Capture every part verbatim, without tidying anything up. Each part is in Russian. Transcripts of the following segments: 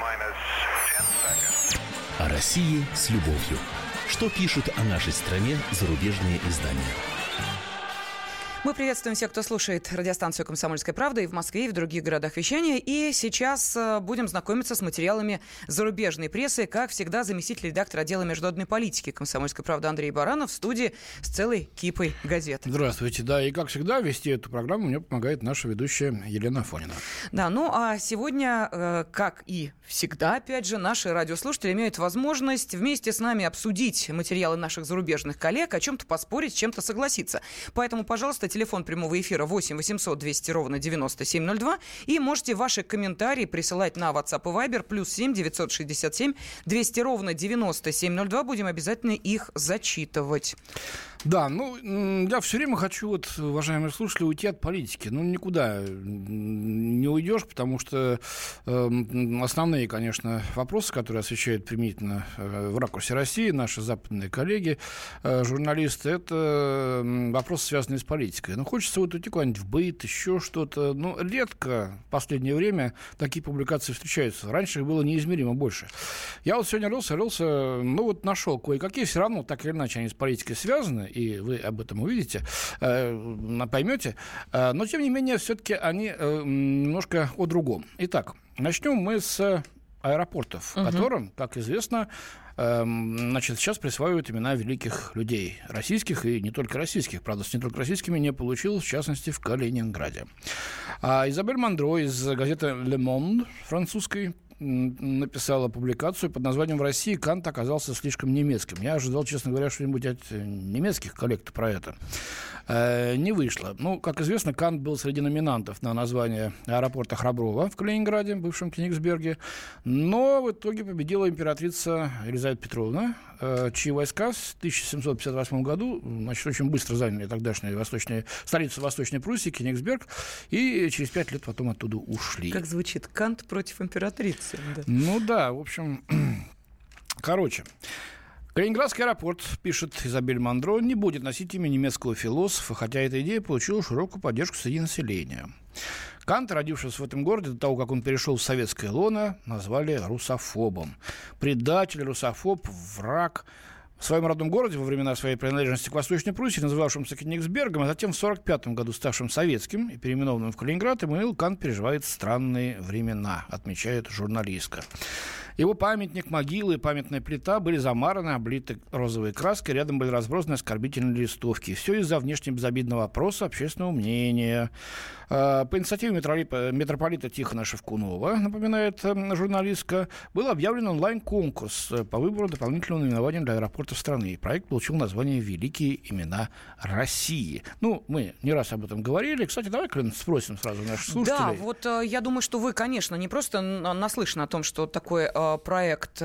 О России с любовью. Что пишут о нашей стране зарубежные издания? Мы приветствуем всех, кто слушает радиостанцию «Комсомольская правда» и в Москве, и в других городах вещания. И сейчас будем знакомиться с материалами зарубежной прессы. Как всегда, заместитель редактора отдела международной политики «Комсомольской правды» Андрей Баранов в студии с целой кипой газет. Здравствуйте. Да, и как всегда, вести эту программу мне помогает наша ведущая Елена Афонина. Да, ну а сегодня, как и всегда, опять же, наши радиослушатели имеют возможность вместе с нами обсудить материалы наших зарубежных коллег, о чем-то поспорить, с чем-то согласиться. Поэтому, пожалуйста, телефон прямого эфира восемь восемьсот двести ровно девяносто семь ноль два. И можете ваши комментарии присылать на WhatsApp и Viber плюс семь девятьсот шестьдесят семь двести ровно девяносто семь ноль два. Будем обязательно их зачитывать. Да, ну, я все время хочу, вот, уважаемые слушатели, уйти от политики. Ну, никуда не уйдешь, потому что э, основные, конечно, вопросы, которые освещают применительно э, в ракурсе России наши западные коллеги, э, журналисты, это вопросы, связанные с политикой. Ну, хочется вот уйти куда-нибудь в быт, еще что-то. Ну, редко в последнее время такие публикации встречаются. Раньше их было неизмеримо больше. Я вот сегодня рылся, рылся, ну, вот нашел кое-какие, все равно, так или иначе, они с политикой связаны, и вы об этом увидите, поймете. Но, тем не менее, все-таки они немножко о другом. Итак, начнем мы с аэропортов, угу. которым, как известно, значит, сейчас присваивают имена великих людей. Российских и не только российских. Правда, с не только российскими не получилось, в частности, в Калининграде. А Изабель Мандро из газеты «Le Monde» французской написала публикацию под названием «В России Кант оказался слишком немецким». Я ожидал, честно говоря, что-нибудь от немецких коллег про это. Э, не вышло. Ну, как известно, Кант был среди номинантов на название аэропорта Храброво в Калининграде, бывшем Кенигсберге, но в итоге победила императрица Елизавета Петровна, э, чьи войска в тысяча семьсот пятьдесят восьмом году, значит, очень быстро заняли тогдашнюю восточную, столицу Восточной Пруссии, Кенигсберг, и через пять лет потом оттуда ушли. Как звучит Кант против императрицы. Да. Ну да, в общем, короче, Калининградский аэропорт, пишет Изабель Мандро, не будет носить имя немецкого философа, хотя эта идея получила широкую поддержку среди населения. Канта, родившегося в этом городе, до того, как он перешел в советское лоно, назвали русофобом. Предатель, русофоб, враг. В своем родном городе во времена своей принадлежности к Восточной Пруссии, называвшемся Кенигсбергом, а затем в сорок пятом году ставшим советским и переименованным в Калининград, Иммануил Кант переживает странные времена, отмечает журналистка. Его памятник, могилы и памятная плита были замараны, облиты розовой краской, рядом были разбросаны оскорбительные листовки. Все из-за внешне безобидного опроса общественного мнения. По инициативе митрополита Тихона Шевкунова, напоминает журналистка, был объявлен онлайн-конкурс по выбору дополнительного наименования для аэропортов страны. Проект получил название «Великие имена России». Ну, мы не раз об этом говорили. Кстати, давай-ка спросим сразу наших слушателей. Да, вот я думаю, что вы, конечно, не просто наслышаны о том, что такой проект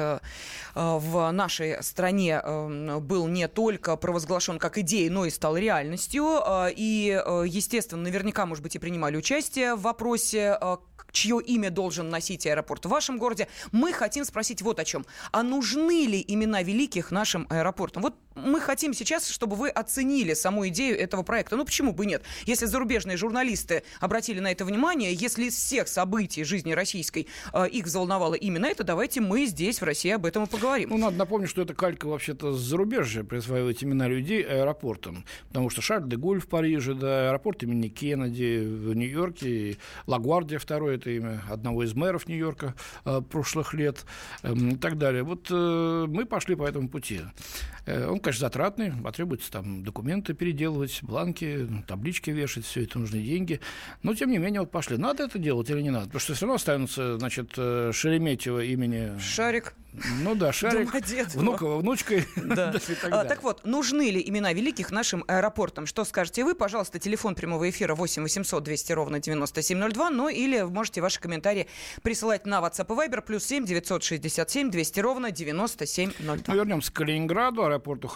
в нашей стране был не только провозглашен как идеей, но и стал реальностью. И, естественно, наверняка, может быть, и принимали участие в вопросе, чье имя должен носить аэропорт в вашем городе. Мы хотим спросить вот о чем. А нужны ли имена великих нашим аэропортам? Вот мы хотим сейчас, чтобы вы оценили саму идею этого проекта. Ну, почему бы нет? Если зарубежные журналисты обратили на это внимание, если из всех событий жизни российской э, их взволновало именно это, давайте мы здесь, в России, об этом и поговорим. Ну, надо напомнить, что это калька вообще-то с зарубежья присваивать имена людей аэропортам. Потому что Шарль де Голль в Париже, да, аэропорт имени Кеннеди в Нью-Йорке, Лагуардия второй, это имя одного из мэров Нью-Йорка э, прошлых лет э, и так далее. Вот э, мы пошли по этому пути. Э, он, конечно, затратный, потребуется там документы переделывать, бланки, таблички вешать, все это нужны деньги. Но, тем не менее, вот пошли. Надо это делать или не надо? Потому что все равно останутся, значит, Шереметьево имени... Шарик. Ну да, Шарик, внукова, внучкой. Да. а, так вот, нужны ли имена великих нашим аэропортам? Что скажете вы? Пожалуйста, телефон прямого эфира восемь восемьсот двести ровно девяносто семь ноль два. Ну или можете ваши комментарии присылать на WhatsApp и Viber плюс семь девятьсот шестьдесят семь двести ровно девяносто семь ноль два. Мы вернемся к Калининграду, аэропорту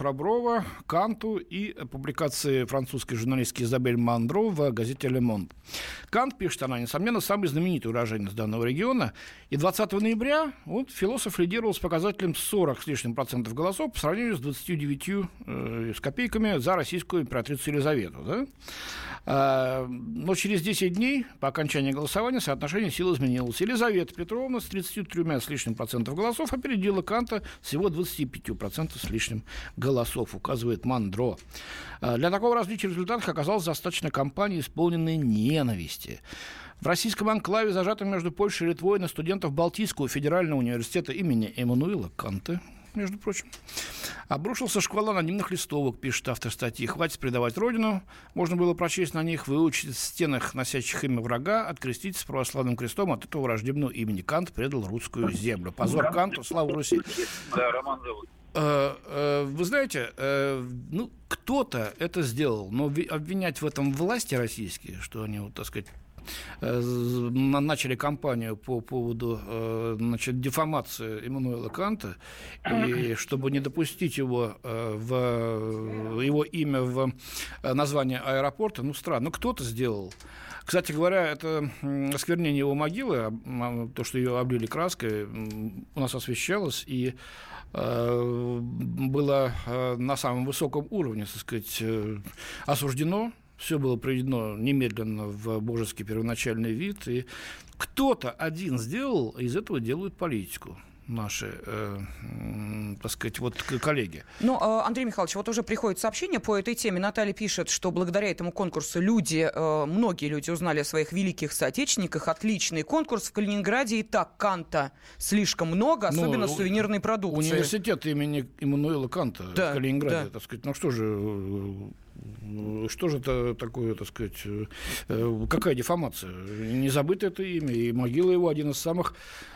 Храброва, Канту и публикации французской журналистки Изабель Мандро в газете «Ле Монд». Кант, пишет она, несомненно, самый знаменитый уроженец данного региона. И двадцатого ноября вот, философ лидировал с показателем сорок с лишним процентов голосов по сравнению с двадцатью девятью э, с копейками за российскую императрицу Елизавету. Да? А, но через десять дней по окончании голосования соотношение сил изменилось. Елизавета Петровна с тридцатью тремя с лишним процентов голосов опередила Канта всего двадцатью пятью процентами с лишним голосов, указывает Мандро. А, для такого различия в результатах оказалось достаточно кампании, исполненной ненависти. В российском анклаве, зажатом между Польшей и Литвой, на студентов Балтийского федерального университета имени Эммануила Канта, между прочим, обрушился шквал анонимных листовок, пишет автор статьи. «Хватит предавать родину». Можно было прочесть на них: «Выучить в стенах, носящих имя врага, откреститься с православным крестом от этого враждебного имени. Кант предал русскую землю. Позор Канту, слава Руси». Да, Роман зовут. Вы знаете, ну, кто-то это сделал, но обвинять в этом власти российские, что они, вот, так сказать, начали кампанию по поводу, значит, дефамации Иммануила Канта, и чтобы не допустить его в его имя в название аэропорта, ну, странно, ну, кто-то сделал. Кстати говоря, это осквернение его могилы, то, что ее облили краской, у нас освещалось, и было на самом высоком уровне, так сказать, осуждено. Все было приведено немедленно в божеский первоначальный вид. И кто-то один сделал, из этого делают политику наши, э, так сказать, вот коллеги. Ну, Андрей Михайлович, вот уже приходит сообщение по этой теме. Наталья пишет, что благодаря этому конкурсу люди, э, многие люди узнали о своих великих соотечественниках. Отличный конкурс в Калининграде. И так Канта слишком много, особенно ну, сувенирной продукции. Университет имени Иммануила Канта, да, в Калининграде, да. Так сказать. Ну что же... Что же это такое, так сказать, какая дефамация? Не забыто это имя, и могила его один из самых,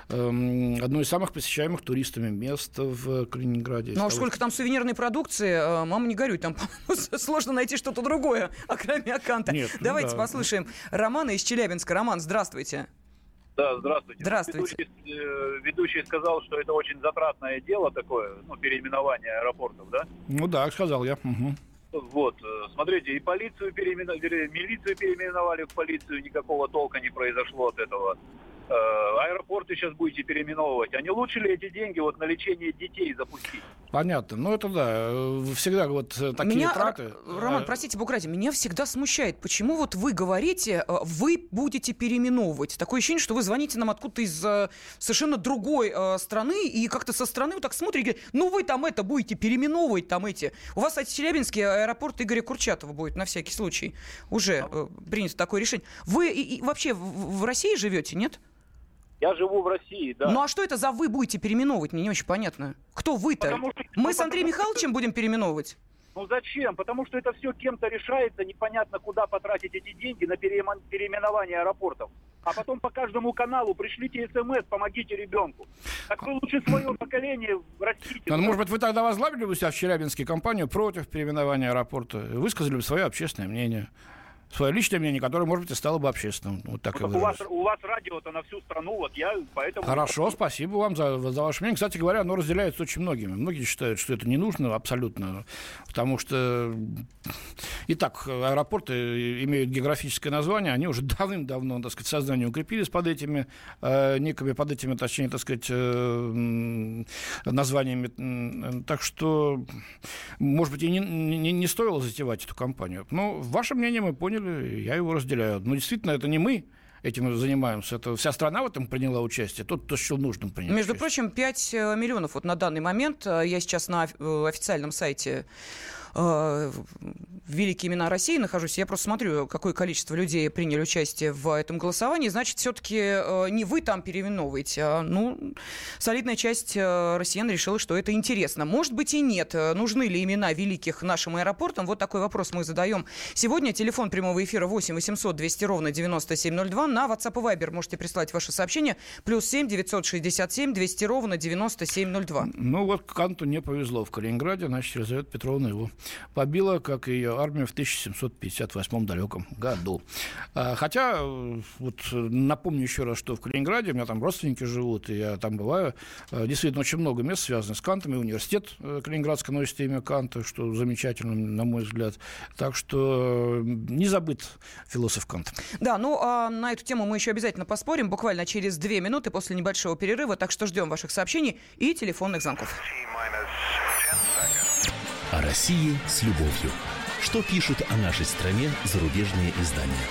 одно из самых посещаемых туристами мест в Калининграде. Ну а сколько там сувенирной продукции, мама не горюй, там сложно найти что-то другое, кроме Канта. Нет, Давайте ну, да. послушаем Романа из Челябинска. Роман, здравствуйте. Да, здравствуйте. Здравствуйте. Ведущий, ведущий сказал, что это очень затратное дело такое, ну, переименование аэропортов, да? Ну да, сказал я. Угу. Вот, смотрите, и полицию переименовали, милицию переименовали в полицию, никакого толка не произошло от этого. Аэропорты сейчас будете переименовывать. А не лучше ли эти деньги вот на лечение детей запустить? Понятно. Ну, это да. Всегда вот такие меня, траты. Роман, простите, Букратия, меня всегда смущает, почему вот вы говорите, вы будете переименовывать. Такое ощущение, что вы звоните нам откуда-то из совершенно другой страны, и как-то со стороны вот так смотрите, говорите, ну вы там это будете переименовывать, там эти. У вас, кстати, Челябинский аэропорт Игоря Курчатова будет, на всякий случай. Уже принято такое решение. Вы и, и вообще в, в России живете, нет? Я живу в России, да. Ну а что это за вы будете переименовывать? Мне не очень понятно. Кто вы-то? Потому что, Мы ну, с Андреем Михайловичем будем переименовывать? Ну зачем? Потому что это все кем-то решается, непонятно куда потратить эти деньги на переименование аэропортов. А потом по каждому каналу пришлите смс, помогите ребенку. Так вы лучше свое поколение растите. Ну, может быть, вы тогда возглавили бы у себя в Челябинске кампанию против переименования аэропорта, высказали бы свое общественное мнение. Свое личное мнение, которое, может быть, и стало бы общественным. Вот так ну, у, вас, у вас радио-то на всю страну, вот я поэтому... Хорошо, спасибо вам за, за ваше мнение. Кстати говоря, оно разделяется очень многими. Многие считают, что это не нужно абсолютно, потому что... Итак, аэропорты имеют географическое название, они уже давным-давно, так сказать, в сознании укрепились под этими, э, некими, под этими, точнее, так сказать, э, названиями. Так что, может быть, и не, не, не стоило затевать эту кампанию. Но ваше мнение мы поняли, я его разделяю. Но действительно, это не мы этим занимаемся. Это вся страна в этом приняла участие. Тот, кто счел нужным принять Между участие. прочим, пять миллионов вот на данный момент. Я сейчас на официальном сайте великие имена России нахожусь. Я просто смотрю, какое количество людей приняли участие в этом голосовании. Значит, все-таки не вы там переименовываете, а ну, солидная часть россиян решила, что это интересно. Может быть и нет. Нужны ли имена великих нашим аэропортам? Вот такой вопрос мы задаем сегодня. Телефон прямого эфира восемь восемьсот двести ровно девяносто семь ноль два. На WhatsApp и Viber можете прислать ваши сообщения. Плюс семь девятьсот шестьдесят семь двести ровно девяносто семь ноль два. Ну вот Канту не повезло в Калининграде. Значит, Елизавета Петровна его побила, как и ее армия в тысяча семьсот пятьдесят восьмом далеком году. Хотя, вот напомню еще раз, что в Калининграде, у меня там родственники живут, и я там бываю, действительно очень много мест связано с Кантом, и университет Калининградский носит имя Канта, что замечательно, на мой взгляд. Так что не забыт философ Кант. Да, ну а на эту тему мы еще обязательно поспорим, буквально через две минуты после небольшого перерыва, так что ждем ваших сообщений и телефонных звонков. О России с любовью. Что пишут о нашей стране зарубежные издания?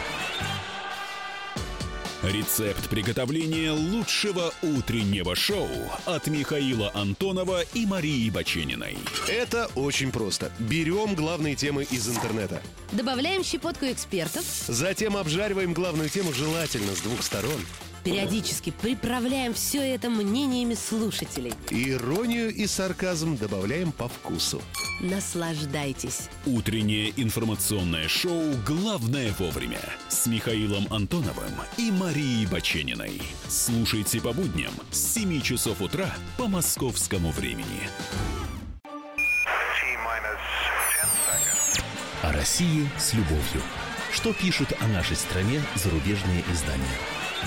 Рецепт приготовления лучшего утреннего шоу от Михаила Антонова и Марии Бачениной. Это очень просто. Берем главные темы из интернета. Добавляем щепотку экспертов. Затем обжариваем главную тему желательно с двух сторон. Периодически приправляем все это мнениями слушателей. Иронию и сарказм добавляем по вкусу. Наслаждайтесь. Утреннее информационное шоу «Главное вовремя» с Михаилом Антоновым и Марией Бачениной. Слушайте по будням с семи часов утра по московскому времени. О России с любовью. Что пишут о нашей стране зарубежные издания?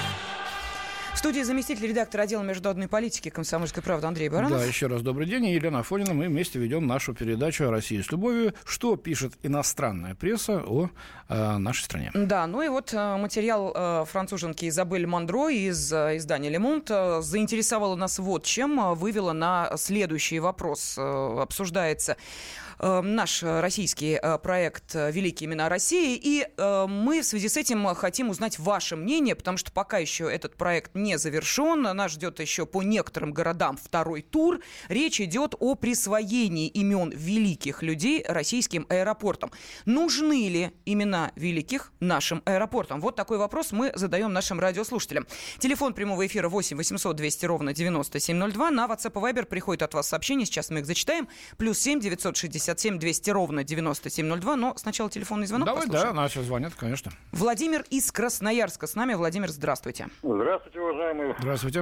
В студии заместитель редактора отдела международной политики «Комсомольской правды» Андрей Баранов. Да, еще раз добрый день. Елена Афонина. Мы вместе ведем нашу передачу о России с любовью. Что пишет иностранная пресса о э, нашей стране? Да, ну и вот э, материал э, француженки Изабель Мондро из э, издания «Le Monde» э, заинтересовала нас вот чем, э, вывела на следующий вопрос. Э, обсуждается э, наш российский э, проект «Великие имена России», и э, мы в связи с этим хотим узнать ваше мнение, потому что пока еще этот проект не не завершен. Нас ждет еще по некоторым городам второй тур. Речь идет о присвоении имен великих людей российским аэропортам. Нужны ли имена великих нашим аэропортам? Вот такой вопрос мы задаем нашим радиослушателям. Телефон прямого эфира восемь восемьсот двести ровно девяносто семь ноль два. На WhatsApp и Viber приходит от вас сообщение. Сейчас мы их зачитаем. Плюс семь девятьсот шестьдесят семь двести ровно девяносто семь ноль два. Но сначала телефонный звонок. Давай, послушаем. да, наши звонят, конечно. Владимир из Красноярска с нами. Владимир, здравствуйте. Здравствуйте, уважаемые. Здравствуйте.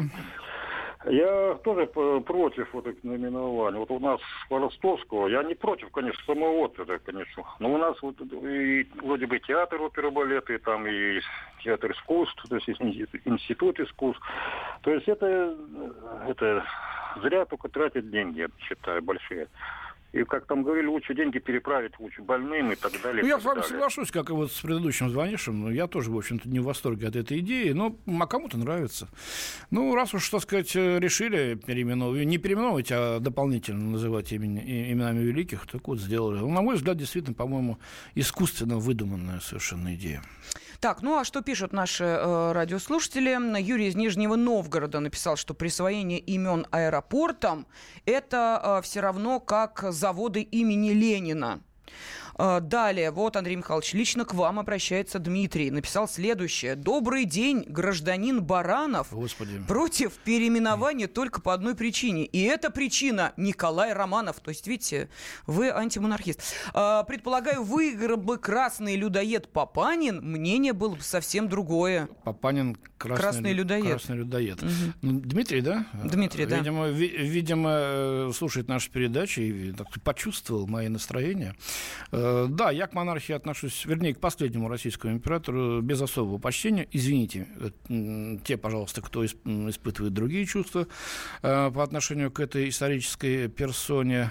Я тоже против вот этих наименований. Вот у нас Ростовского, я не против, конечно, самого это, конечно. Но у нас вот и, вроде бы театр оперы балета, и там и театр искусств, то есть институт искусств. То есть это, это зря только тратят деньги, я считаю, большие. И, как там говорили, лучше деньги переправить лучше больным и так далее. Ну, я так с вами далее. соглашусь, как и вот с предыдущим звонившим. Я тоже, в общем-то, не в восторге от этой идеи, но а кому-то нравится. Ну, раз уж, так сказать, решили переименовывать, не переименовывать, а дополнительно называть имени, именами великих, так вот сделали. Ну, на мой взгляд, действительно, по-моему, искусственно выдуманная совершенно идея. Так, ну а что пишут наши э, радиослушатели? Юрий из Нижнего Новгорода написал, что присвоение имен аэропортам – это э, все равно как заводы имени Ленина. Далее, вот, Андрей Михайлович, лично к вам обращается Дмитрий. Написал следующее. Добрый день, гражданин Баранов. Господи. Против переименования только по одной причине. И эта причина Николай Романов. То есть, видите, вы антимонархист. Предполагаю, выиграл бы красный людоед Папанин, мнение было бы совсем другое. Папанин красный, красный людоед. Красный людоед. Угу. Ну, Дмитрий, да? Дмитрий, да. Видимо, ви- видимо, слушает наши передачи и так, почувствовал мои настроения. Да, я к монархии отношусь, вернее, к последнему российскому императору без особого почтения. Извините, те, пожалуйста, кто испытывает другие чувства по отношению к этой исторической персоне.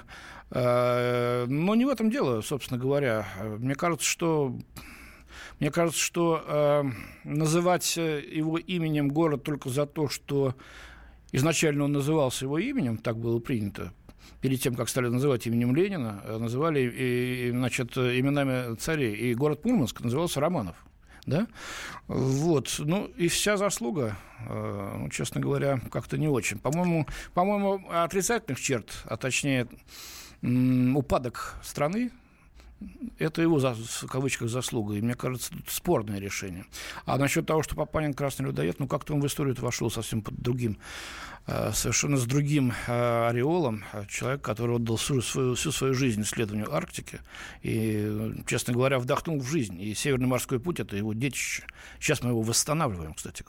Но не в этом дело, собственно говоря. Мне кажется, что... Мне кажется, что э, называть его именем город только за то, что изначально он назывался его именем, так было принято, перед тем, как стали называть именем Ленина, называли и, значит, именами царей. И город Мурманск назывался Романов. Да? Вот. Ну, и вся заслуга, э, ну, честно говоря, как-то не очень. По-моему, по-моему, отрицательных черт, а точнее м- упадок страны, это его, в кавычках, заслуга. И, мне кажется, тут спорное решение. А насчет того, что Папанин красный людоед, ну, как-то он в историю вошел совсем под другим, совершенно с другим ореолом. Человек, который отдал всю свою, всю свою жизнь исследованию Арктики. И, честно говоря, вдохнул в жизнь. И Северный морской путь – это его детище. Сейчас мы его восстанавливаем, кстати говоря.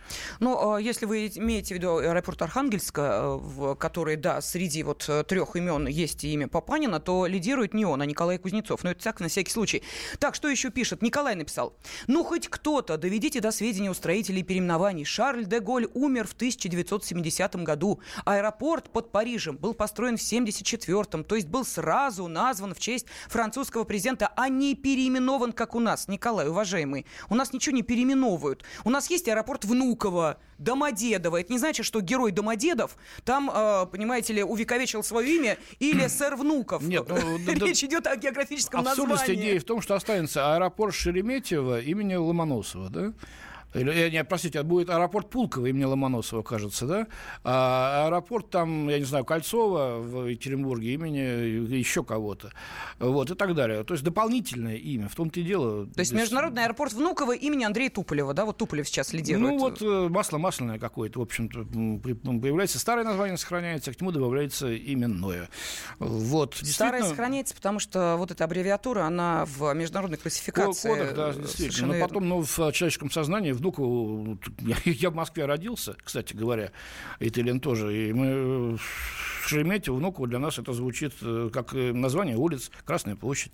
Ну, если вы имеете в виду аэропорт Архангельска, который, да, среди вот трех имен есть и имя Папанина, то лидирует не он, а Николай Кузнецов. Но это так, на всякий случай. Так, что еще пишет? Николай написал. Ну, хоть кто-то, доведите до сведения устроителей переименований. Шарль де Голль умер в тысяча девятьсот семидесятом году. Аэропорт под Парижем был построен в семьдесят четвёртом, то есть был сразу назван в честь французского президента, а не переименован, как у нас. Николай, уважаемый, у нас ничего не переименовывают. У нас есть аэропорт Внуково, Домодедово. Это не значит, что герой Домодедов там, э, понимаете ли, увековечил свое имя или сэр Внуков. Нет, ну, речь да, идет о географическом названии. Абсурдность идеи в том, что останется аэропорт Шереметьево имени Ломоносова, да? Или, не, простите, будет аэропорт Пулково имени Ломоносова, кажется, да? А аэропорт там, я не знаю, Кольцова в Екатеринбурге имени еще кого-то. Вот, и так далее. То есть дополнительное имя, в том-то и дело. То есть без... международный аэропорт Внуково имени Андрея Туполева, да? Вот Туполев сейчас лидирует. Ну, вот масло масляное какое-то, в общем-то, появляется старое название, сохраняется, к нему добавляется именное. Вот, старое сохраняется, потому что вот эта аббревиатура, она в международной классификации. Кодах, да, действительно. Но потом, ну, в человеческом сознании, в Внуково, я, я в Москве родился, кстати говоря, и Телен тоже, и мы в Шереметьево, Внуково для нас это звучит как название улиц, Красная площадь,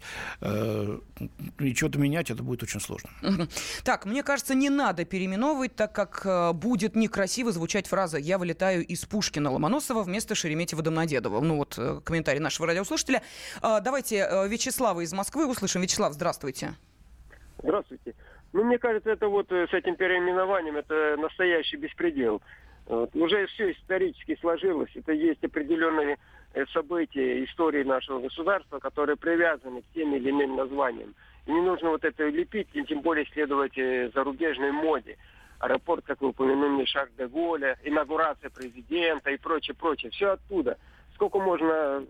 и что-то менять это будет очень сложно. Так, мне кажется, не надо переименовывать, так как будет некрасиво звучать фраза «Я вылетаю из Пушкина Ломоносова вместо Шереметьево Домодедово». Ну вот комментарий нашего радиослушателя. Давайте Вячеслава из Москвы услышим. Вячеслав, здравствуйте. Здравствуйте. Ну, мне кажется, это вот с этим переименованием, это настоящий беспредел. Вот. Уже все исторически сложилось. Это есть определенные события истории нашего государства, которые привязаны к тем или иным названиям. И не нужно вот это лепить, и тем более следовать зарубежной моде. Аэропорт, как вы упомянули, Шарль де Голля, инаугурация президента и прочее, прочее. Все оттуда. Сколько можно...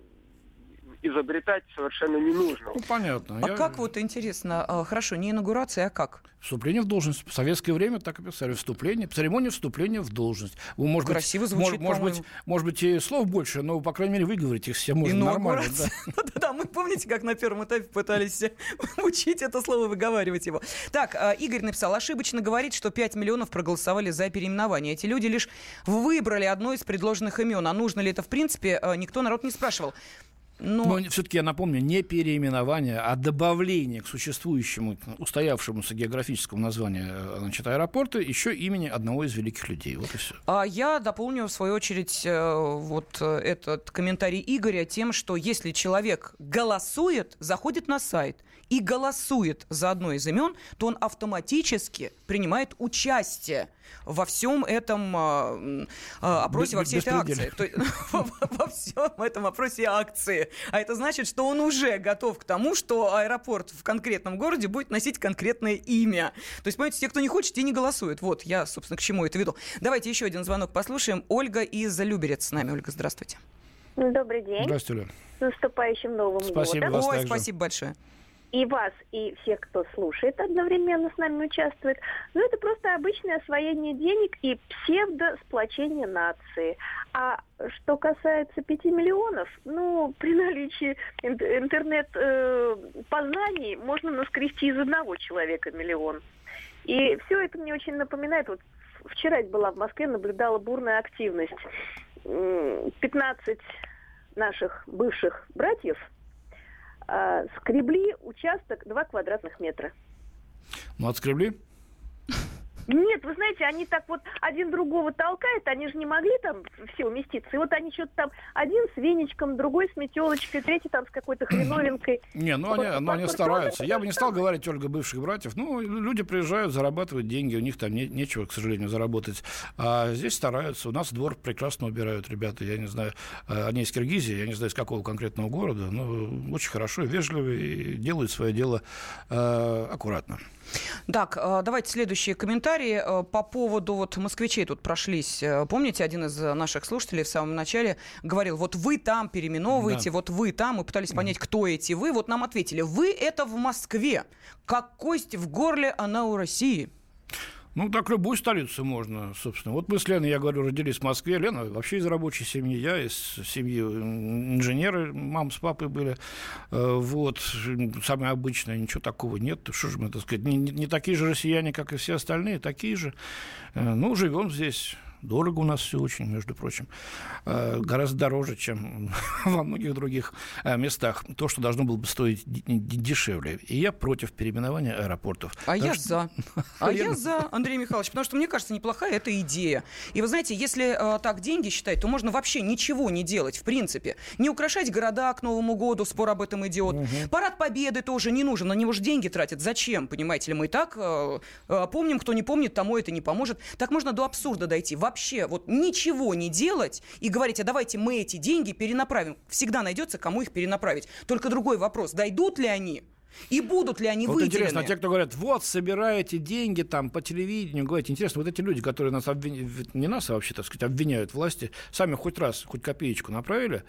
изобретать совершенно не нужно. Ну, понятно. А Я... как вот интересно, хорошо, не инаугурация, а как? Вступление в должность. В советское время так и писали. Вступление, церемония вступления в должность. Вы, может Красиво быть, звучит, может, может быть, может быть, и слов больше, но, по крайней мере, выговорить их все можно нормально. Да-да-да, мы помните, как на первом этапе пытались учить это слово, выговаривать его. Так, Игорь написал, ошибочно говорить, что пять миллионов проголосовали за переименование. Эти люди лишь выбрали одно из предложенных имен. А нужно ли это в принципе, никто народ не спрашивал. Но... Но все-таки я напомню, не переименование, а добавление к существующему, устоявшемуся географическому названию, значит, аэропорта еще имени одного из великих людей. Вот и все. А я дополню, в свою очередь, вот этот комментарий Игоря тем, что если человек голосует, заходит на сайт и голосует за одно из имен, то он автоматически принимает участие во всем этом э, опросе, во всей этой акции. То есть, во всем этом опросе акции. А это значит, что он уже готов к тому, что аэропорт в конкретном городе будет носить конкретное имя. То есть, понимаете, те, кто не хочет, те не голосуют. Вот, я, собственно, к чему это веду. Давайте еще один звонок послушаем. Ольга из Люберец с нами. Ольга, здравствуйте. Добрый день. Здравствуйте, Оля. С наступающим Новым спасибо годом. Ой, также. Спасибо большое. И вас, и всех, кто слушает, одновременно с нами участвует. Но это просто обычное освоение денег и псевдосплочение нации. А что касается пяти миллионов, ну, при наличии интернет-познаний можно наскрести из одного человека миллион. И все это мне очень напоминает. Вот вчера я была в Москве, наблюдала бурную активность. пятнадцать наших бывших братьев скребли участок два квадратных метра. Ну, отскребли? Нет, вы знаете, они так вот один другого толкают, они же не могли там все уместиться. И вот они что-то там, один с веничком, другой с метелочкой, третий там с какой-то хреновинкой. Не, ну они, ну, они стараются. Я бы не стал говорить, Ольга, бывших братьев. Ну, люди приезжают, зарабатывают деньги, у них там не, нечего, к сожалению, заработать. А здесь стараются. У нас двор прекрасно убирают ребята. Я не знаю, они из Киргизии, я не знаю, из какого конкретного города, но очень хорошо, вежливо и делают свое дело э, аккуратно. Так, давайте следующие комментарии по поводу вот москвичей тут прошлись. Помните, один из наших слушателей в самом начале говорил, вот вы там переименовываете, да. вот вы там, мы пытались понять, кто эти вы. Вот нам ответили, вы это в Москве, как кость в горле, она у России. Ну, так любую столицу можно, собственно. Вот мы с Леной, я говорю, родились в Москве. Лена вообще из рабочей семьи, я из семьи инженеры, мама с папой были. Вот, самое обычное, ничего такого нет. Что же мы, так сказать, не, не такие же россияне, как и все остальные, такие же. Ну, живем здесь. Дорого у нас все очень, между прочим. Гораздо дороже, чем во многих других местах. То, что должно было бы стоить дешевле. И я против переименования аэропортов. А я что... за. А я за, Андрей Михайлович. Потому что, мне кажется, неплохая эта идея. И вы знаете, если э, так деньги считать, то можно вообще ничего не делать, в принципе. Не украшать города к Новому году, спор об этом идет. Угу. Парад Победы тоже не нужен. На него же деньги тратят. Зачем? Понимаете ли, мы и так э, э, помним, кто не помнит, тому это не поможет. Так можно до абсурда дойти. Вообще вот ничего не делать и говорить, а давайте мы эти деньги перенаправим. Всегда найдется, кому их перенаправить. Только другой вопрос, дойдут ли они и будут ли они вот выделены? Интересно, а те, кто говорят, вот, собираете деньги там по телевидению, говорите, интересно, вот эти люди, которые нас обвиняют, не нас, а вообще, так сказать, обвиняют власти, сами хоть раз, хоть копеечку направили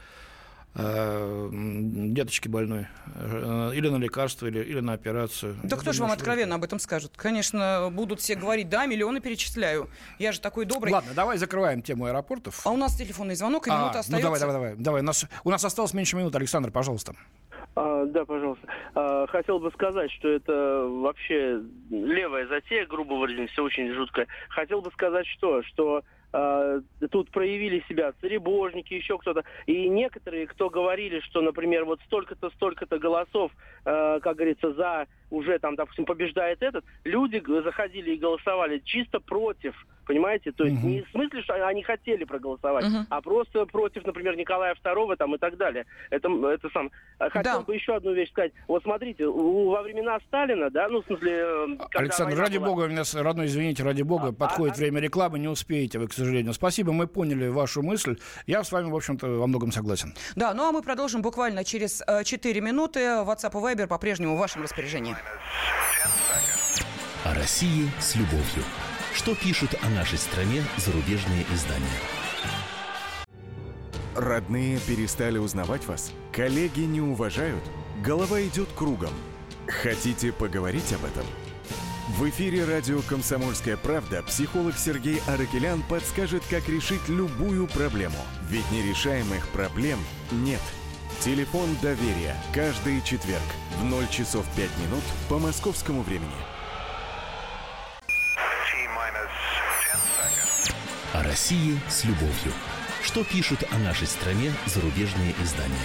деточки больной, или на лекарство, или, или на операцию. Да кто же вам откровенно об этом скажет? Конечно, будут все говорить, да, миллионы перечисляю. Я же такой добрый. Ладно, давай закрываем тему аэропортов. А у нас телефонный звонок, и минута а, остается. Ну давай, давай, давай. давай. У, нас, у нас осталось меньше минуты. Александр, пожалуйста. А, да, пожалуйста. А, хотел бы сказать, что это вообще левая затея, грубо выразить, все очень жуткое. Хотел бы сказать, что, что тут проявили себя царебожники, еще кто-то. И некоторые, кто говорили, что, например, вот столько-то, столько-то голосов, э, как говорится, за уже там, допустим, побеждает этот, люди заходили и голосовали чисто против, понимаете? То есть uh-huh. не в смысле, что они хотели проголосовать, uh-huh. а просто против, например, Николая второго там и так далее. Это, это сам. Хотел да. бы еще одну вещь сказать. Вот смотрите, у, во времена Сталина, да, ну, в смысле... Александр, ради была... бога, меня родной, извините, ради бога, а, подходит а, время рекламы, не успеете вы, к сожалению. Спасибо, мы поняли вашу мысль. Я с вами, в общем-то, во многом согласен. Да, ну а мы продолжим буквально через четыре минуты. WhatsApp и Viber по-прежнему в вашем распоряжении. О России с любовью. Что пишут о нашей стране зарубежные издания? Родные перестали узнавать вас? Коллеги не уважают? Голова идет кругом. Хотите поговорить об этом? В эфире радио «Комсомольская правда» психолог Сергей Аракелян подскажет, как решить любую проблему. Ведь нерешаемых проблем нет. Телефон доверия. Каждый четверг в ноль часов пять минут по московскому времени. О России с любовью. Что пишут о нашей стране зарубежные издания?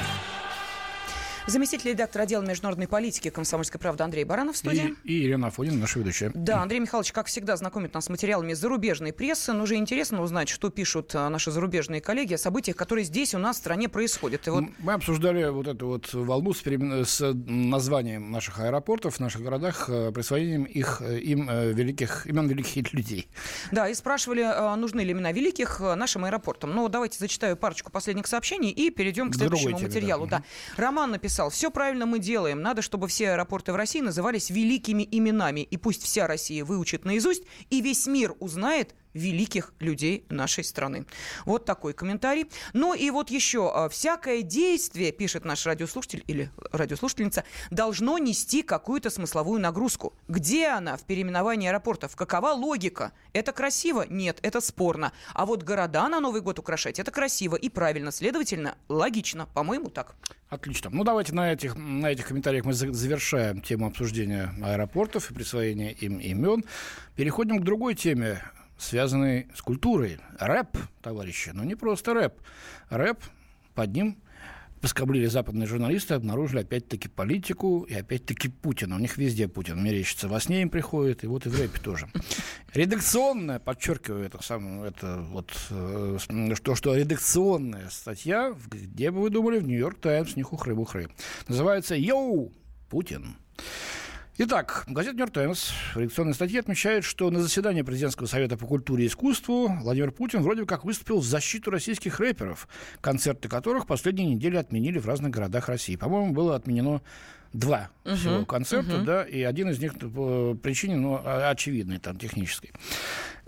Заместитель редактора отдела международной политики «Комсомольской правды» Андрей Баранов в студии. И, и Ирина Афонина, наша ведущая. Да, Андрей Михайлович, как всегда, знакомит нас с материалами зарубежной прессы. Но уже интересно узнать, что пишут наши зарубежные коллеги о событиях, которые здесь у нас в стране происходят. И вот... Мы обсуждали вот эту вот волну с, перем... с названием наших аэропортов в наших городах, присвоением их, им великих, имен великих людей. Да, и спрашивали, нужны ли имена великих нашим аэропортам. Ну, давайте зачитаю парочку последних сообщений и перейдем к следующему теме, материалу. Да. Да. Роман написал: все правильно мы делаем. Надо, чтобы все аэропорты в России назывались великими именами. И пусть вся Россия выучит наизусть, и весь мир узнает великих людей нашей страны. Вот такой комментарий. Ну и вот еще. Всякое действие, пишет наш радиослушатель или радиослушательница, должно нести какую-то смысловую нагрузку. Где она в переименовании аэропортов? Какова логика? Это красиво? Нет, это спорно. А вот города на Новый год украшать — это красиво и правильно. Следовательно, логично. По-моему, так. Отлично. Ну, давайте на этих, на этих комментариях мы завершаем тему обсуждения аэропортов и присвоения им имен. Переходим к другой теме, связанный с культурой. Рэп, товарищи, но не просто рэп. Рэп, под ним поскоблили западные журналисты, обнаружили опять-таки политику и опять-таки Путина. У них везде Путин мерещится. Во сне им приходит, и вот и в рэпе тоже. Редакционная, подчеркиваю это, самое, это вот, что, что редакционная статья, где бы вы думали, в «Нью-Йорк Таймс», не хухры-бухры. Называется «Йоу, Путин». Итак, газета «Нью-Йорк Таймс» в редакционной статье отмечает, что на заседании Президентского совета по культуре и искусству Владимир Путин вроде как выступил в защиту российских рэперов, концерты которых последние недели отменили в разных городах России. По-моему, было отменено два uh-huh, всего концерта, uh-huh. да, и один из них по причине, ну, очевидной, там, технической.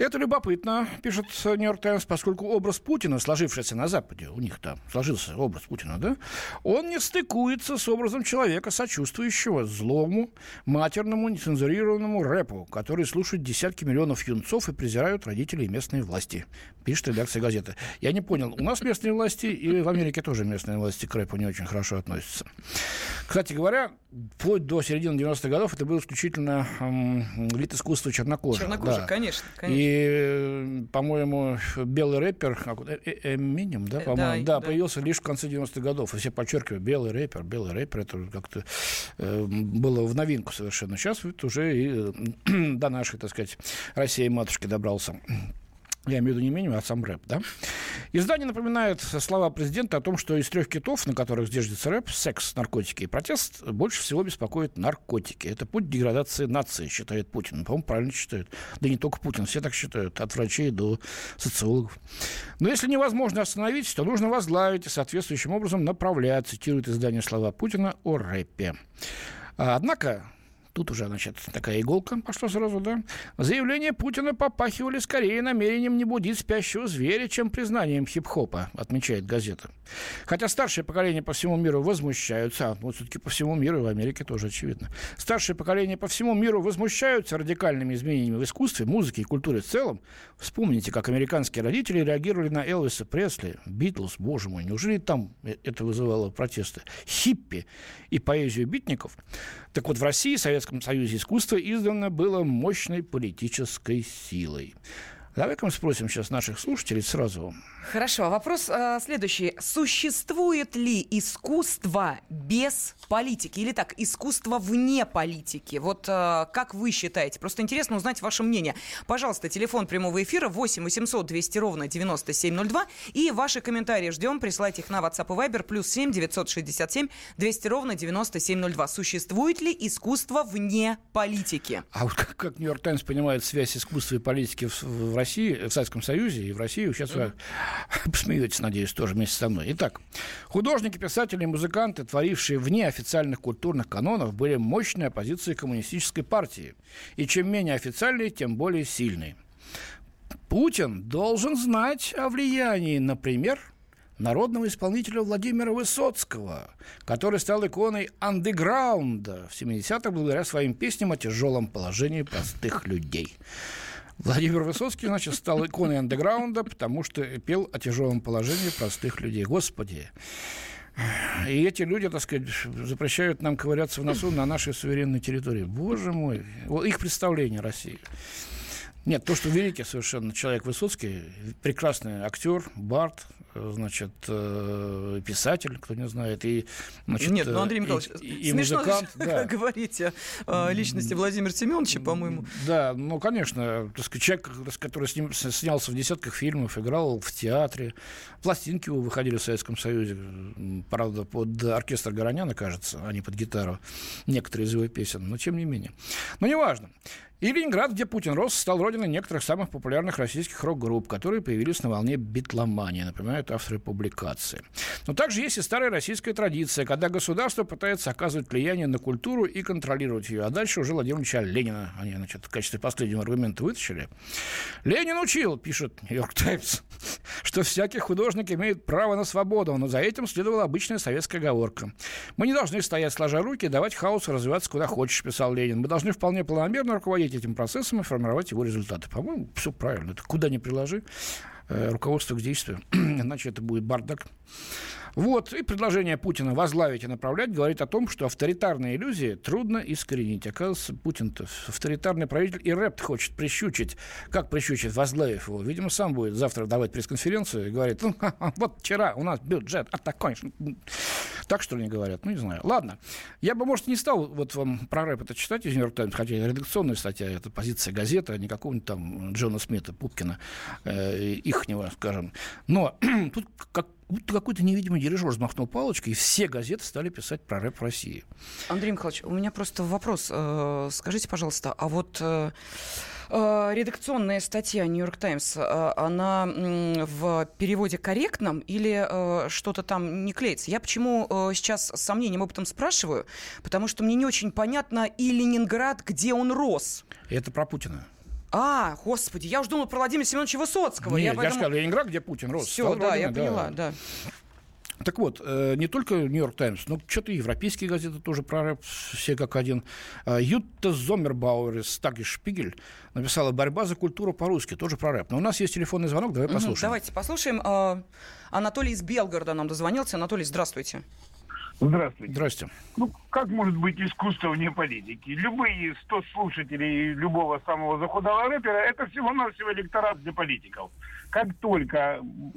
Это любопытно, пишет «Нью-Йорк Таймс», поскольку образ Путина, сложившийся на Западе, у них там сложился образ Путина, да, он не стыкуется с образом человека, сочувствующего злому, матерному, нецензурированному рэпу, который слушают десятки миллионов юнцов и презирают родителей местной власти, пишет редакция газеты. Я не понял, у нас местные власти и в Америке тоже местные власти к рэпу не очень хорошо относятся. Кстати говоря, вплоть до середины девяностых годов это был исключительно эм, вид искусства чернокожих. Чернокожих, да. конечно, конечно. И, по-моему, белый рэпер, Эминем, да, по-моему, да, да, да, появился лишь в конце девяностых годов. И все подчеркивают, белый рэпер, белый рэпер, это как-то э, было в новинку совершенно. Сейчас это уже и э, до нашей, так сказать, России-матушки добрался. Я имею в виду не менее, а сам рэп, да? Издание напоминает слова президента о том, что из трех китов, на которых зиждется рэп, секс, наркотики и протест, больше всего беспокоит наркотики. Это путь деградации нации, считает Путин. По-моему, правильно считают. Да не только Путин, все так считают, от врачей до социологов. Но если невозможно остановить, то нужно возглавить и соответствующим образом направлять, цитирует издание слова Путина о рэпе. Однако... Тут уже, значит, такая иголка пошла сразу, да? Заявления Путина попахивали скорее намерением не будить спящего зверя, чем признанием хип-хопа, отмечает газета. Хотя старшее поколение по всему миру возмущаются, а вот все-таки по всему миру, в Америке тоже очевидно, старшее поколение по всему миру возмущаются радикальными изменениями в искусстве, музыке и культуре в целом. Вспомните, как американские родители реагировали на Элвиса Пресли, Битлз, боже мой, неужели там это вызывало протесты? Хиппи и поэзию битников. Так вот, в России, в Советском Союзе искусство издавна было мощной политической силой. Давай-ка мы спросим сейчас наших слушателей сразу. Хорошо, вопрос э, следующий. Существует ли искусство без политики? Или так, искусство вне политики? Вот э, как вы считаете? Просто интересно узнать ваше мнение. Пожалуйста, телефон прямого эфира восемь восемьсот двести ровно девяносто семь ноль два. И ваши комментарии ждем. Присылайте их на WhatsApp и Viber. Плюс семь девятьсот шестьдесят семь двести ровно девяносто семь ноль два. Существует ли искусство вне политики? А вот как, как «Нью-Йорк Таймс» понимает связь искусства и политики в, в России, в Советском Союзе и в России, сейчас вы посмеетесь, надеюсь, тоже вместе со мной. Итак, художники, писатели и музыканты, творившие вне официальных культурных канонов, были мощной оппозицией коммунистической партии. И чем менее официальные, тем более сильные. Путин должен знать о влиянии, например, народного исполнителя Владимира Высоцкого, который стал иконой андеграунда в семидесятых благодаря своим песням о тяжелом положении простых людей. Владимир Высоцкий, значит, стал иконой андеграунда, потому что пел о тяжелом положении простых людей. Господи. И эти люди, так сказать, запрещают нам ковыряться в носу на нашей суверенной территории. Боже мой. Их представление о России. Нет, то, что великий совершенно человек Высоцкий, прекрасный актер, бард, значит, э, писатель, кто не знает, и, значит, Нет, ну, Андрей Михайлович, и, и смешно музыкант. Да. говорить о личности Владимира Семеновича, по-моему. Да, ну, конечно, так сказать, человек, который с ним снялся в десятках фильмов, играл в театре, пластинки его выходили в Советском Союзе, правда, под оркестр Гороняна, кажется, а не под гитару, некоторые из его песен, но тем не менее. Но неважно. И Ленинград, где Путин рос, стал родиной некоторых самых популярных российских рок-групп, которые появились на волне битломании, напоминают авторы публикации. Но также есть и старая российская традиция, когда государство пытается оказывать влияние на культуру и контролировать ее. А дальше уже Владимира Ильича Ленина они, значит, в качестве последнего аргумента вытащили. Ленин учил, пишет «Нью-Йорк Таймс», что всякий художник имеет право на свободу, но за этим следовала обычная советская оговорка. «Мы не должны стоять сложа руки и давать хаосу развиваться куда хочешь», писал Ленин. «Мы должны вполне планомерно руководить этим процессом и формировать его результаты». По-моему, все правильно. Это куда ни приложи, э, руководство к действию, иначе это будет бардак. Вот, и предложение Путина возглавить и направлять говорит о том, что авторитарные иллюзии трудно искоренить. Оказывается, Путин-то авторитарный правитель, и рэп хочет прищучить. Как прищучить, возглавив его? Видимо, сам будет завтра давать пресс-конференцию и говорит, ну, вот вчера у нас бюджет, а такой. Так что ли не говорят? Ну, не знаю. Ладно. Я бы, может, не стал вот вам про рэп это читать из «Нью-Йорк Таймс», хотя редакционная статья, это позиция газеты, а не какого-нибудь там Джона Смита, Пупкина, э, ихнего, скажем. Но тут как будто какой-то невидимый дирижер взмахнул палочкой, и все газеты стали писать про рэп в России. Андрей Михайлович, у меня просто вопрос. Скажите, пожалуйста, а вот редакционная статья «Нью-Йорк Таймс», она в переводе корректном или что-то там не клеится? Я почему сейчас с сомнением об этом спрашиваю? Потому что мне не очень понятно и Ленинград, где он рос. Это про Путина. А, господи, я уж думала про Владимира Семеновича Высоцкого. Нет, я, я поэтому... сказал, Ленинград, где Путин рос. Все, да, Владимир, я поняла, да. да. Так вот, не только «Нью-Йорк Таймс», но что-то европейские газеты тоже про рэп, все как один. Ютта Зоммербауэр из «Тагешпигель» написала «Борьба за культуру по-русски», тоже про рэп. Но у нас есть телефонный звонок, давай послушаем. Угу, давайте послушаем. Анатолий из Белгорода нам дозвонился. Анатолий, здравствуйте. Здравствуйте. Здравствуйте. Ну, как может быть искусство вне политики? Любые сто слушателей любого самого захудалого рэпера – это всего-навсего электорат для политиков. Как только э,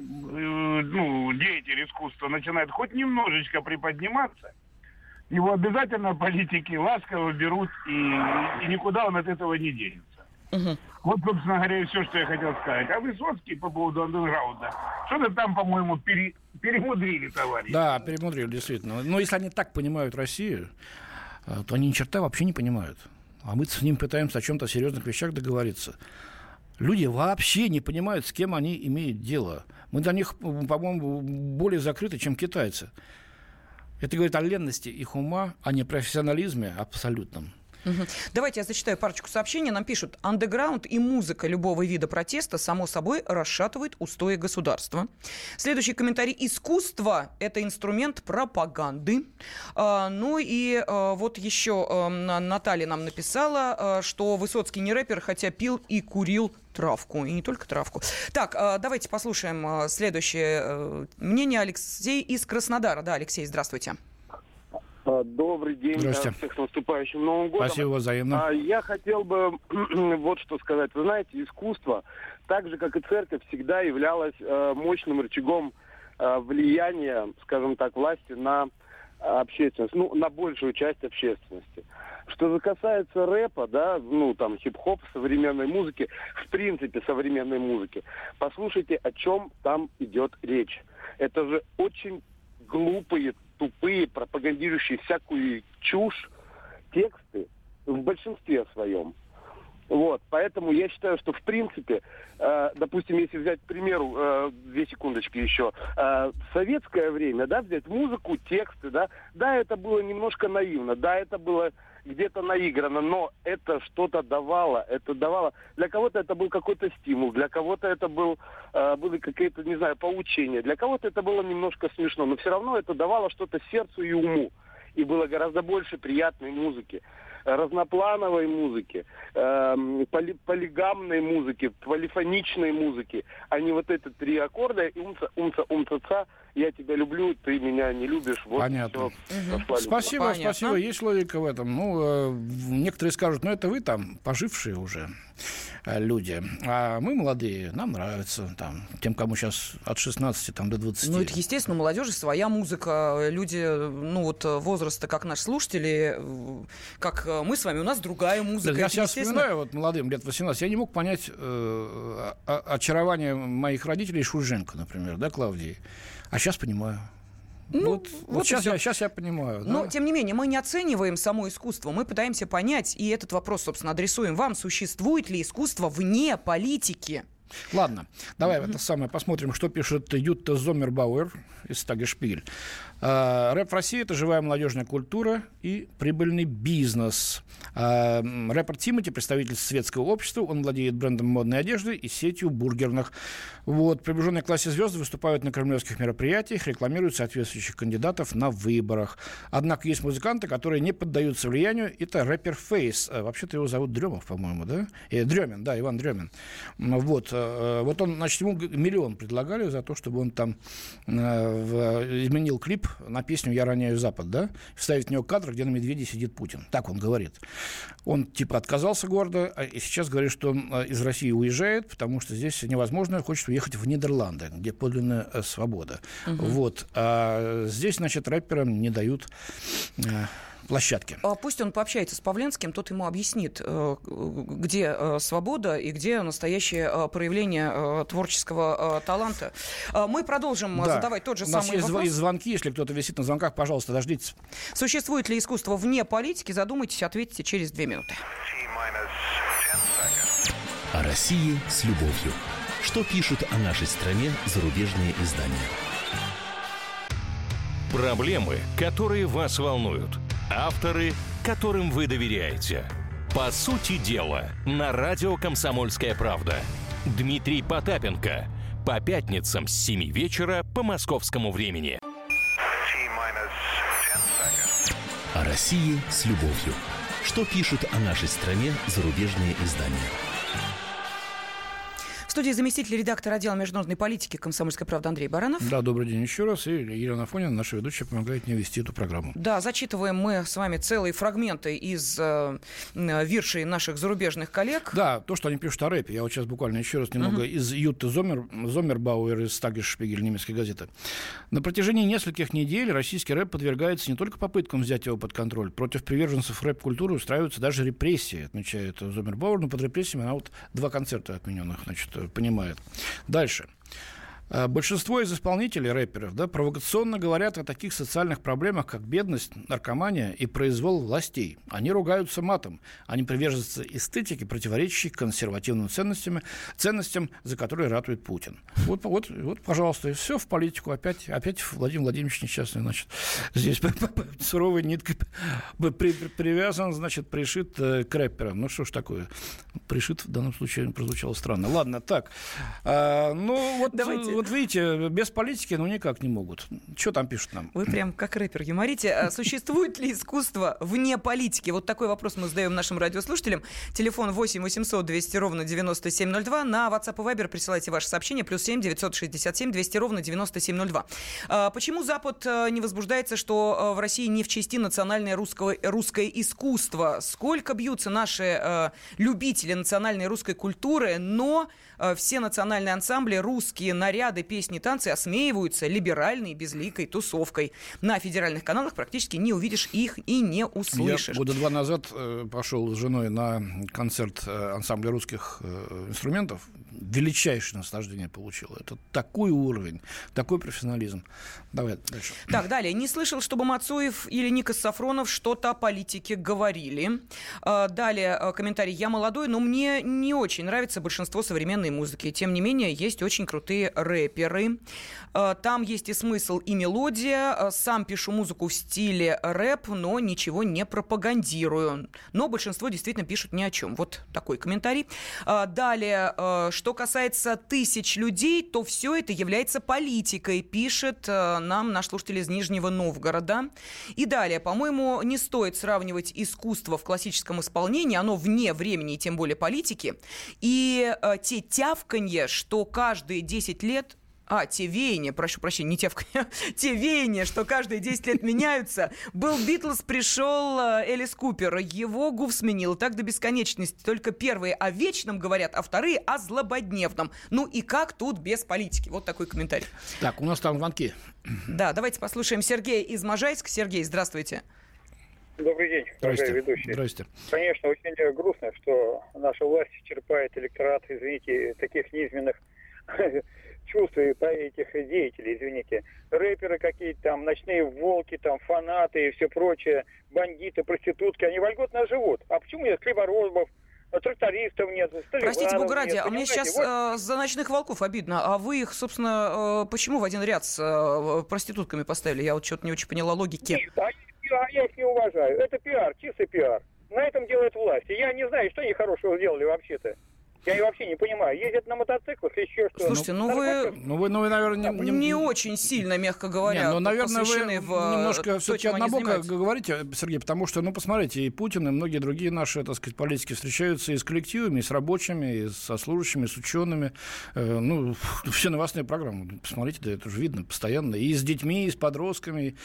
ну, деятель искусства начинает хоть немножечко приподниматься, его обязательно политики ласково берут, и, и никуда он от этого не денется. Uh-huh. Вот, собственно говоря, и все, что я хотел сказать. А Высоцкий по поводу андерграунда, что-то там, по-моему, пере, перемудрили, товарищи. Да, перемудрили, действительно. Но если они так понимают Россию, то они ни черта вообще не понимают. А мы с ним пытаемся о чем-то серьезных вещах договориться. Люди вообще не понимают, с кем они имеют дело. Мы до них, по-моему, более закрыты, чем китайцы. Это говорит о ленности их ума, а не профессионализме абсолютном. Угу. Давайте я зачитаю парочку сообщений. Нам пишут: андеграунд и музыка любого вида протеста, само собой, расшатывает устои государства. Следующий комментарий: искусство – это инструмент пропаганды. А, ну и а, вот еще а, Наталья нам написала, а, что Высоцкий не рэпер, хотя пил и курил травку. И не только травку. Так, а, давайте послушаем а, следующее а, мнение. Алексей из Краснодара. Да, Алексей, здравствуйте. Добрый день, всех с наступающим Новым годом. Спасибо, взаимно. Я хотел бы вот что сказать. Вы знаете, искусство, так же, как и церковь, всегда являлось мощным рычагом влияния, скажем так, власти на общественность, ну, на большую часть общественности. Что же касается рэпа, да, ну, там, хип-хоп, современной музыки, в принципе, современной музыки, послушайте, о чем там идет речь. Это же очень глупые, тупые, пропагандирующие всякую чушь тексты в большинстве своем. Вот, поэтому я считаю, что в принципе, э, допустим, если взять, к примеру, э, две секундочки еще, э, в советское время, да, взять музыку, тексты, да, да, это было немножко наивно, да, это было где-то наиграно, но это что-то давало, это давало, для кого-то это был какой-то стимул, для кого-то это был, э, были какие-то, не знаю, поучения, для кого-то это было немножко смешно, но все равно это давало что-то сердцу и уму, и было гораздо больше приятной музыки, разноплановой музыки, э, поли, полигамной музыки, полифоничной музыки, а не вот эти три аккорда и умца, умца, умца-ца, я тебя люблю, ты меня не любишь. Вот. Понятно. Все, угу. Спасибо, Понятно. спасибо. Есть логика в этом. Ну, э, некоторые скажут, ну, это вы там, пожившие уже э, люди, а мы молодые, нам нравится, там, тем, кому сейчас от шестнадцати там, до двадцати. Ну, это, естественно, у молодежи своя музыка. Люди, ну, вот, возраста, как наши слушатели, как мы с вами, у нас другая музыка. Да, я это, сейчас естественно... вспоминаю, вот, молодым, лет восемнадцать, я не мог понять э, очарование моих родителей Шульженко, например, да, Клавдии. А сейчас понимаю. Ну, вот, вот, вот сейчас, я, сейчас я понимаю. Но, да? тем не менее, мы не оцениваем само искусство. Мы пытаемся понять, и этот вопрос, собственно, адресуем вам. Существует ли искусство вне политики? Ладно, давай mm-hmm. это самое посмотрим, что пишет Ютта Зоммербауэр из Тагешпигель. Uh, рэп в России – это живая молодежная культура и прибыльный бизнес. Uh, рэпер Тимати – представитель светского общества. Он владеет брендом модной одежды и сетью бургерных. Вот. Приближенные к классе звезды выступают на кремлевских мероприятиях, рекламируют соответствующих кандидатов на выборах. Однако есть музыканты, которые не поддаются влиянию. Это рэпер Фейс. Uh, вообще-то его зовут Дремов, по-моему, да? И Дремин, да, Иван Дремин. Вот. Uh, вот он, значит, ему миллион предлагали за то, чтобы он там uh, в, изменил клип на песню «Я роняю Запад», да, вставить в него кадр, где на медведе сидит Путин. Так он говорит. Он типа отказался гордо, и сейчас говорит, что он из России уезжает, потому что здесь невозможно, хочет уехать в Нидерланды, где подлинная свобода. Угу. Вот. А здесь, значит, рэперам не дают площадки. Пусть он пообщается с Павленским, тот ему объяснит, где свобода и где настоящее проявление творческого таланта. Мы продолжим да. задавать тот же самый вопрос. У нас есть звонки, если кто-то висит на звонках, пожалуйста, дождитесь. Существует ли искусство вне политики? Задумайтесь, ответьте через две минуты. О России с любовью. Что пишут о нашей стране зарубежные издания? Проблемы, которые вас волнуют. Авторы, которым вы доверяете. По сути дела, на радио «Комсомольская правда». Дмитрий Потапенко. По пятницам с семи вечера по московскому времени. О России с любовью. Что пишут о нашей стране зарубежные издания? В студии заместитель редактора отдела международной политики «Комсомольской правды» Андрей Баранов. Да, добрый день еще раз. И Елена Афонина, наша ведущая, помогает мне вести эту программу. Да, зачитываем мы с вами целые фрагменты из э, виршей наших зарубежных коллег. Да, то, что они пишут о рэпе. Я вот сейчас буквально еще раз немного uh-huh. из Юты Зомер, Зомербауэр из Таггешпигель, немецкой газеты. На протяжении нескольких недель российский рэп подвергается не только попыткам взять его под контроль. Против приверженцев рэп-культуры устраиваются даже репрессии, отмечает Зомербауэр. Но под репрессиями она вот два концерта отмененных, значит, понимает. Дальше. Большинство из исполнителей, рэперов, да, провокационно говорят о таких социальных проблемах, как бедность, наркомания и произвол властей. Они ругаются матом. Они приверженцы эстетики, противоречащей консервативным ценностям, ценностям, за которые ратует Путин. Вот, вот, вот, пожалуйста, и все в политику. Опять, опять Владимир Владимирович несчастный, значит, здесь суровой ниткой привязан, значит, пришит к рэперам. Ну, что ж такое? Пришит в данном случае прозвучало странно. Ладно, так. А, ну, вот... Давайте. Вот видите, без политики, ну, никак не могут. Что там пишут нам? Вы прям как рэпер юморите. Существует ли искусство вне политики? Вот такой вопрос мы задаем нашим радиослушателям. Телефон восемь восемьсот двести ровно девяносто семь ноль два. На WhatsApp и Viber присылайте ваши сообщения. Плюс семь девятьсот шестьдесят семь двести ровно девяносто семь ноль два. Почему Запад не возбуждается, что в России не в чести национальное русское, русское искусство? Сколько бьются наши любители национальной русской культуры, но все национальные ансамбли, русские наряды, песни, танцы осмеиваются либеральной безликой тусовкой. На федеральных каналах практически не увидишь их и не услышишь. Я года два назад э, пошел с женой на концерт э, ансамбля русских э, инструментов. Величайшее наслаждение получил. Это такой уровень, такой профессионализм. Давай дальше. Так, далее. Не слышал, чтобы Мацуев или Никос Сафронов что-то о политике говорили. Далее комментарий. Я молодой, но мне не очень нравится большинство современной музыки. Тем не менее, есть очень крутые рэперы. Там есть и смысл, и мелодия. Сам пишу музыку в стиле рэп, но ничего не пропагандирую. Но большинство действительно пишут ни о чем. Вот такой комментарий. Далее, что касается тысяч людей, то все это является политикой, пишет нам наш слушатель из Нижнего Новгорода. И далее, по-моему, не стоит сравнивать искусство в классическом исполнении, оно вне времени и тем более политики. И те тявканье, что каждые десять лет... А, те веяния, прошу прощения, не тявканье, те веяния, что каждые десять лет меняются. Был Битлз, пришел Элис Купер, его гуф сменил, так до бесконечности. Только первые о вечном говорят, а вторые о злободневном. Ну и как тут без политики? Вот такой комментарий. Так, у нас там звонки. Да, давайте послушаем Сергея из Можайска. Сергей, здравствуйте. Добрый день, дорогие ведущие. Здрасте. Конечно, очень грустно, что наша власть черпает электорат, извините, таких низменных чувств и этих деятелей, извините. Рэперы какие-то там, ночные волки, там, фанаты и все прочее, бандиты, проститутки, они вольготно живут. А почему нет хлеборобов, трактористов нет, столиваров? Простите, бога ради, а мне сейчас вот... э, за ночных волков обидно. А вы их, собственно, э, почему в один ряд с э, проститутками поставили? Я вот что-то не очень поняла логики. Нет, а я, я их не уважаю. Это пиар, чистый пиар. На этом делает власть. И я не знаю, что они хорошего сделали вообще-то. Я вообще не понимаю. Ездят на мотоциклах, еще что. Слушайте, ну, ну вы... Ну вы, ну вы, наверное, не, не, не очень сильно, мягко говоря, не, ну, наверное, вы в немножко все-таки однобоко занимаются. говорите, Сергей, потому что, ну, посмотрите, и Путин, и многие другие наши, так сказать, политики встречаются и с коллективами, и с рабочими, и со служащими, и с учеными. Э, ну, все новостные программы, посмотрите, да это же видно постоянно. И с детьми, и с подростками.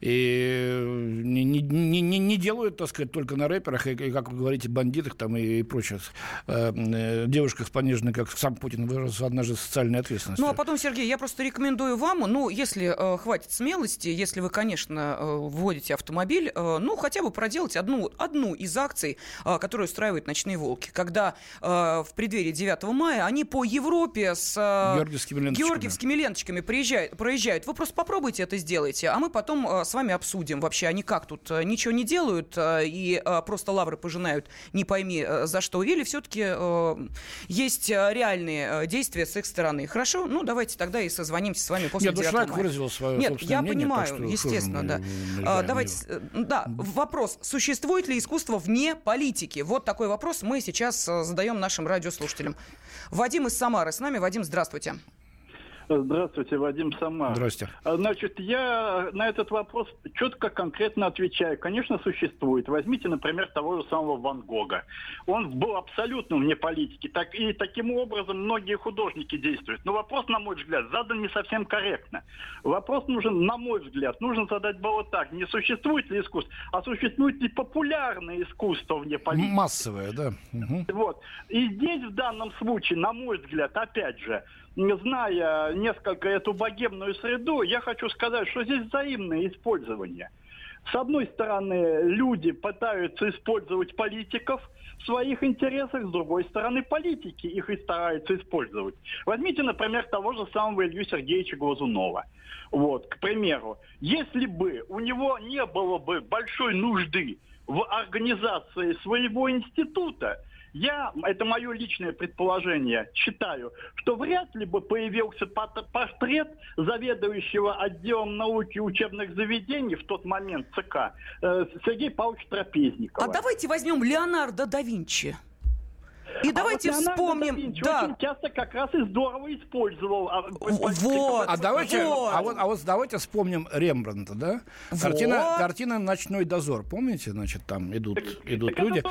И не, не, не, не делают, так сказать, только на рэперах, и, и как вы говорите, бандитах там и, и прочих э, э, девушках пониженных, как сам Путин выразил однажды, социальной ответственности. Ну, а потом, Сергей, я просто рекомендую вам, ну, если э, хватит смелости, если вы, конечно, э, вводите автомобиль, э, ну, хотя бы проделать одну, одну из акций, э, которую устраивают «Ночные волки», когда э, в преддверии девятого мая они по Европе с э, георгиевскими ленточками, георгиевскими ленточками приезжают, проезжают. Вы просто попробуйте это сделайте, а мы потом э, с вами обсудим вообще, они как тут, э, ничего не делают э, и э, просто лавры пожинают, не пойми э, за что, или все-таки... Э, есть реальные действия с их стороны. Хорошо? Ну, давайте тогда и созвонимся с вами после девятого мая. Нет, человек выразил свое Нет, собственное я мнение. понимаю, что, естественно, что да. А, давайте, да, вопрос. Существует ли искусство вне политики? Вот такой вопрос мы сейчас задаем нашим радиослушателям. Вадим из Самары с нами. Вадим, здравствуйте. Здравствуйте, Вадим, Самара. Здравствуйте. Значит, я на этот вопрос четко, конкретно отвечаю. Конечно, существует. Возьмите, например, того же самого Ван Гога. Он был абсолютно вне политики. Так, и таким образом многие художники действуют. Но вопрос, на мой взгляд, задан не совсем корректно. Вопрос нужен, на мой взгляд, нужно задать было так. Не существует ли искусство, а существует ли популярное искусство вне политики. Массовое, да. Угу. Вот. И здесь, в данном случае, на мой взгляд, опять же, зная несколько эту богемную среду, я хочу сказать, что здесь взаимное использование. С одной стороны, люди пытаются использовать политиков в своих интересах, с другой стороны, политики их и стараются использовать. Возьмите, например, того же самого Илью Сергеевича Глазунова. Вот, к примеру, если бы у него не было бы большой нужды в организации своего института, я, это мое личное предположение, считаю, что вряд ли бы появился портрет заведующего отделом науки и учебных заведений в тот момент ЦК Сергея Павловича Трапезникова. А давайте возьмем Леонардо да Винчи. И а давайте вот вспомним, да, Винчи да. очень часто как раз и здорово использовал. Вот. А давайте, вот. А вот, а вот давайте вспомним Рембрандта, да? Вот. Картина, картина «Ночной дозор», помните? Значит, там идут, так, идут так люди.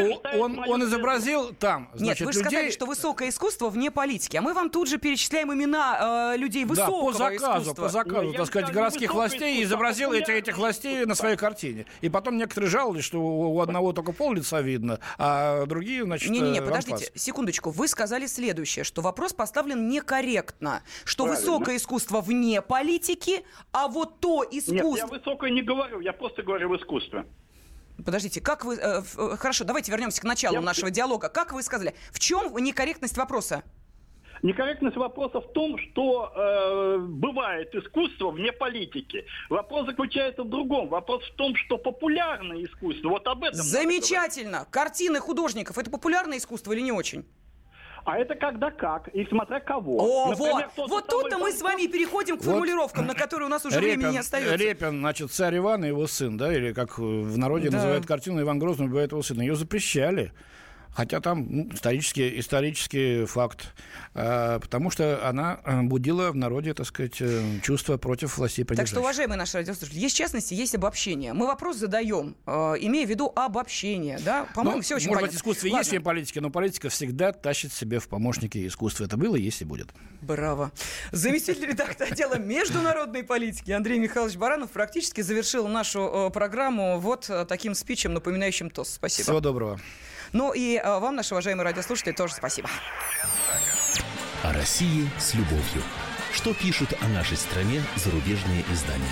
Он, он изобразил там, значит, Нет, вы же людей... сказали, что высокое искусство вне политики, а мы вам тут же перечисляем имена э, людей высокого да, по заказу, искусства. по заказу, так сказать, городских властей, и изобразил этих, этих властей на своей картине. И потом некоторые жаловались, что у одного только пол лица видно, а другие, значит... Не-не-не, подождите, секундочку. Вы сказали следующее, что вопрос поставлен некорректно, что Правильно. Высокое искусство вне политики, а вот то искусство... Нет, я высокое не говорю, я просто говорю в искусстве. Подождите, как вы... Э, э, хорошо, давайте вернемся к началу я... нашего диалога. Как вы сказали? В чем некорректность вопроса? Некорректность вопроса в том, что э, бывает искусство вне политики. Вопрос заключается в другом. Вопрос в том, что популярное искусство, вот об этом... Замечательно! Картины художников — это популярное искусство или не очень? А это когда как, и смотря кого. О, Например, вот, вот тут-то мы с вами переходим к вот формулировкам, на которые у нас уже Репин, времени не остается. Репин, значит, царь Иван и его сын, да, или как в народе да. называют картину Иван Грозный убивает его сына. Ее запрещали. Хотя там ну, исторический, исторический факт, э, потому что она будила в народе, так сказать, чувства против властей придержащих. Так что, уважаемые наши радиослушатели, есть частности, есть обобщение. Мы вопрос задаем, э, имея в виду обобщение, да? По-моему, ну, все очень может понятно. Может быть, искусство есть в политике, но политика всегда тащит себе в помощники искусства. Это было, есть и будет. Браво. Заместитель редактора отдела международной политики Андрей Михайлович Баранов практически завершил нашу э, программу вот э, таким спичем, напоминающим тост. Спасибо. Всего доброго. Ну и а, вам, наши уважаемые радиослушатели, тоже спасибо. О России с любовью. Что пишут о нашей стране зарубежные издания?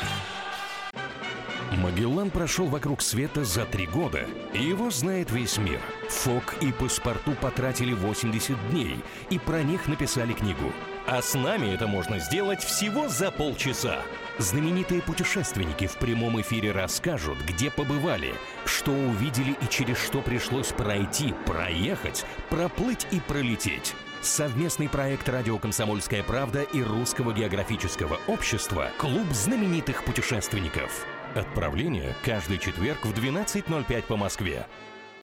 Магеллан прошел вокруг света за три года, и его знает весь мир. Фок и Паспарту потратили восемьдесят дней, и про них написали книгу. А с нами это можно сделать всего за полчаса. Знаменитые путешественники в прямом эфире расскажут, где побывали, что увидели и через что пришлось пройти, проехать, проплыть и пролететь. Совместный проект «Радио Комсомольская правда» и Русского географического общества «Клуб знаменитых путешественников». Отправление каждый четверг в двенадцать ноль пять по Москве.